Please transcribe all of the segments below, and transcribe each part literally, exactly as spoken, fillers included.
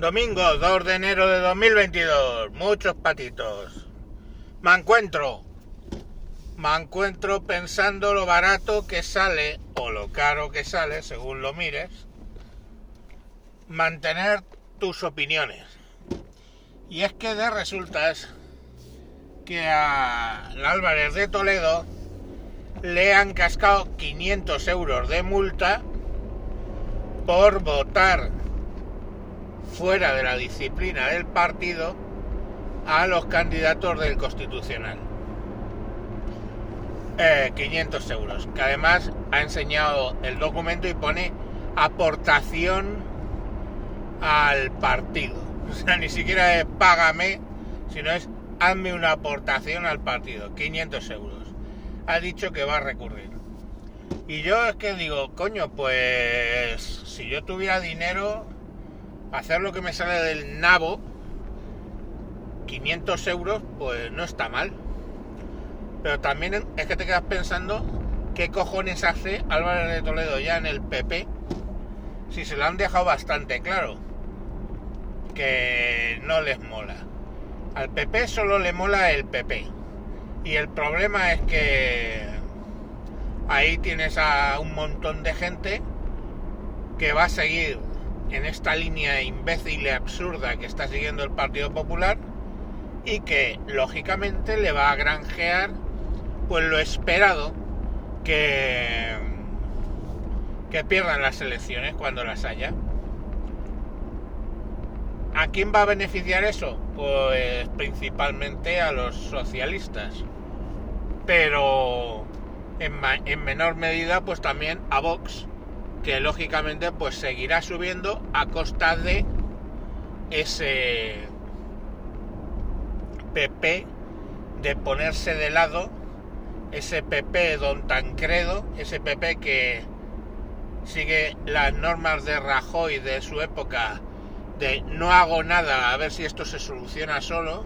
Domingo dos de enero de dos mil veintidós. Muchos patitos. Me encuentro. Me encuentro pensando lo barato que sale, o lo caro que sale, según lo mires, mantener tus opiniones. Y es que de resultas que a Álvarez de Toledo le han cascado quinientos euros de multa por votar fuera de la disciplina del partido a los candidatos del Constitucional. Eh, quinientos euros, que además ha enseñado el documento y pone aportación al partido. O sea, ni siquiera es págame, sino es hazme una aportación al partido. quinientos euros. Ha dicho que va a recurrir. Y yo es que digo, coño, pues si yo tuviera dinero, hacer lo que me sale del nabo, quinientos euros, pues no está mal. Pero también es que te quedas pensando qué cojones hace Álvarez de Toledo ya en el P P, si se lo han dejado bastante claro, que no les mola. Al P P solo le mola el P P. Y el problema es que ahí tienes a un montón de gente que va a seguir en esta línea imbécil y absurda que está siguiendo el Partido Popular y que lógicamente le va a granjear pues lo esperado, que que pierdan las elecciones cuando las haya. ¿A quién va a beneficiar eso? Pues principalmente a los socialistas, pero en, ma- en menor medida pues también a Vox, que lógicamente pues seguirá subiendo a costa de ese P P, de ponerse de lado, ese P P don Tancredo, ese P P que sigue las normas de Rajoy de su época, de no hago nada a ver si esto se soluciona solo.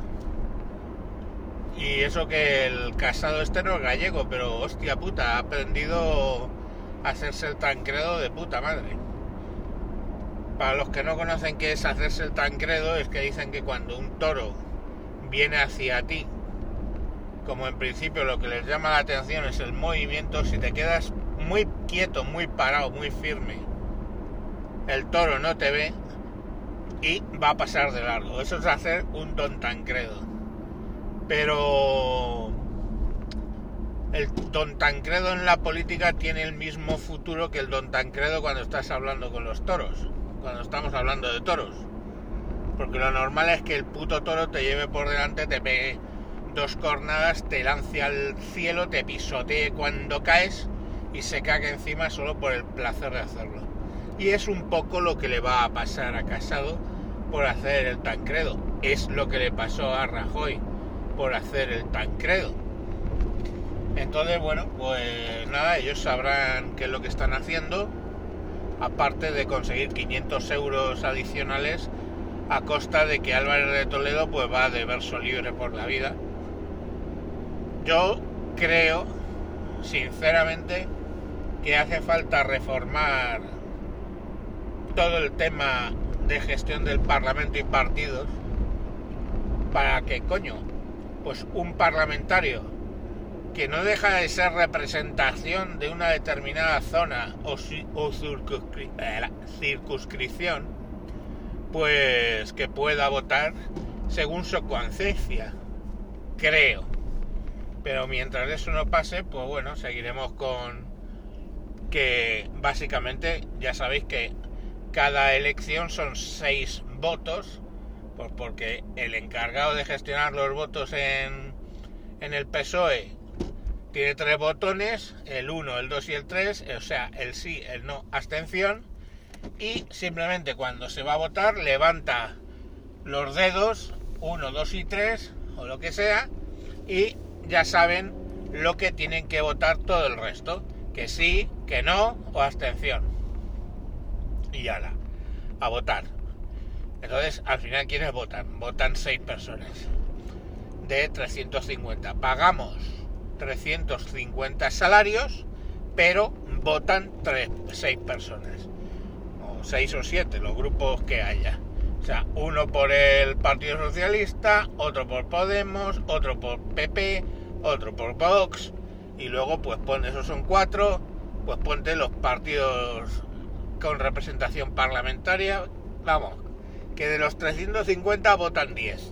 Y eso que el Casado este no es gallego, pero hostia puta, ha aprendido a hacerse el Tancredo de puta madre. Para los que no conocen qué es hacerse el Tancredo, es que dicen que cuando un toro viene hacia ti, como en principio lo que les llama la atención es el movimiento, si te quedas muy quieto, muy parado, muy firme, el toro no te ve y va a pasar de largo. Eso es hacer un don Tancredo. Pero el don Tancredo en la política tiene el mismo futuro que el don Tancredo cuando estás hablando con los toros, cuando estamos hablando de toros. Porque lo normal es que el puto toro te lleve por delante, te pegue dos cornadas, te lance al cielo, te pisotee cuando caes y se cague encima solo por el placer de hacerlo. Y es un poco lo que le va a pasar a Casado por hacer el Tancredo. Es lo que le pasó a Rajoy por hacer el Tancredo. Entonces, bueno, pues nada, ellos sabrán qué es lo que están haciendo, aparte de conseguir quinientos euros adicionales a costa de que Álvarez de Toledo pues va de verso libre por la vida. Yo creo, sinceramente, que hace falta reformar todo el tema de gestión del Parlamento y partidos para que, coño, pues un parlamentario que no deja de ser representación de una determinada zona o, o circunscri- eh, circunscripción, pues que pueda votar según su conciencia, creo. Pero mientras eso no pase, pues bueno, seguiremos con que básicamente ya sabéis que cada elección son seis votos, pues porque el encargado de gestionar los votos en, en el P S O E tiene tres botones, el uno, el dos y el tres, o sea, el sí, el no, abstención, y simplemente cuando se va a votar levanta los dedos, uno, dos y tres, o lo que sea, y ya saben lo que tienen que votar todo el resto, que sí, que no o abstención. Y ala, a votar. Entonces, al final, ¿quiénes votan? Votan seis personas de trescientos cincuenta. Pagamos trescientos cincuenta salarios, pero votan seis personas. O seis o siete, los grupos que haya. O sea, uno por el Partido Socialista, otro por Podemos, otro por P P, otro por Vox, y luego pues pon, esos son cuatro, pues ponte los partidos con representación parlamentaria, vamos, que de los trescientos cincuenta votan diez.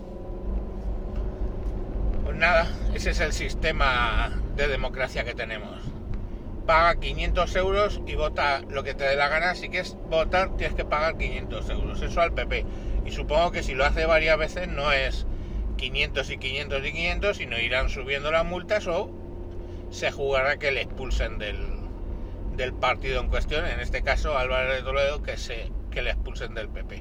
Pues nada, ese es el sistema de democracia que tenemos. Paga quinientos euros y vota lo que te dé la gana. Si quieres votar tienes que pagar quinientos euros, eso al P P. Y supongo que si lo hace varias veces no es quinientos y quinientos y quinientos, sino irán subiendo las multas o se jugará que le expulsen del, del partido en cuestión, en este caso Álvarez de Toledo, que, se, que le expulsen del P P.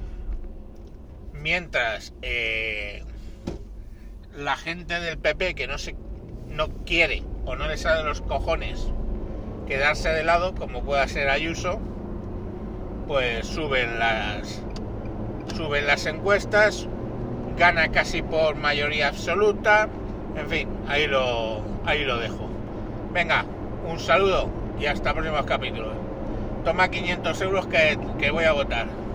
Mientras eh, la gente del P P que no, se, no quiere o no le sale de los cojones quedarse de lado, como pueda ser Ayuso, pues suben las suben las encuestas, gana casi por mayoría absoluta, en fin, ahí lo ahí lo dejo. Venga, un saludo y hasta próximos capítulos. Toma quinientos euros que, que voy a votar.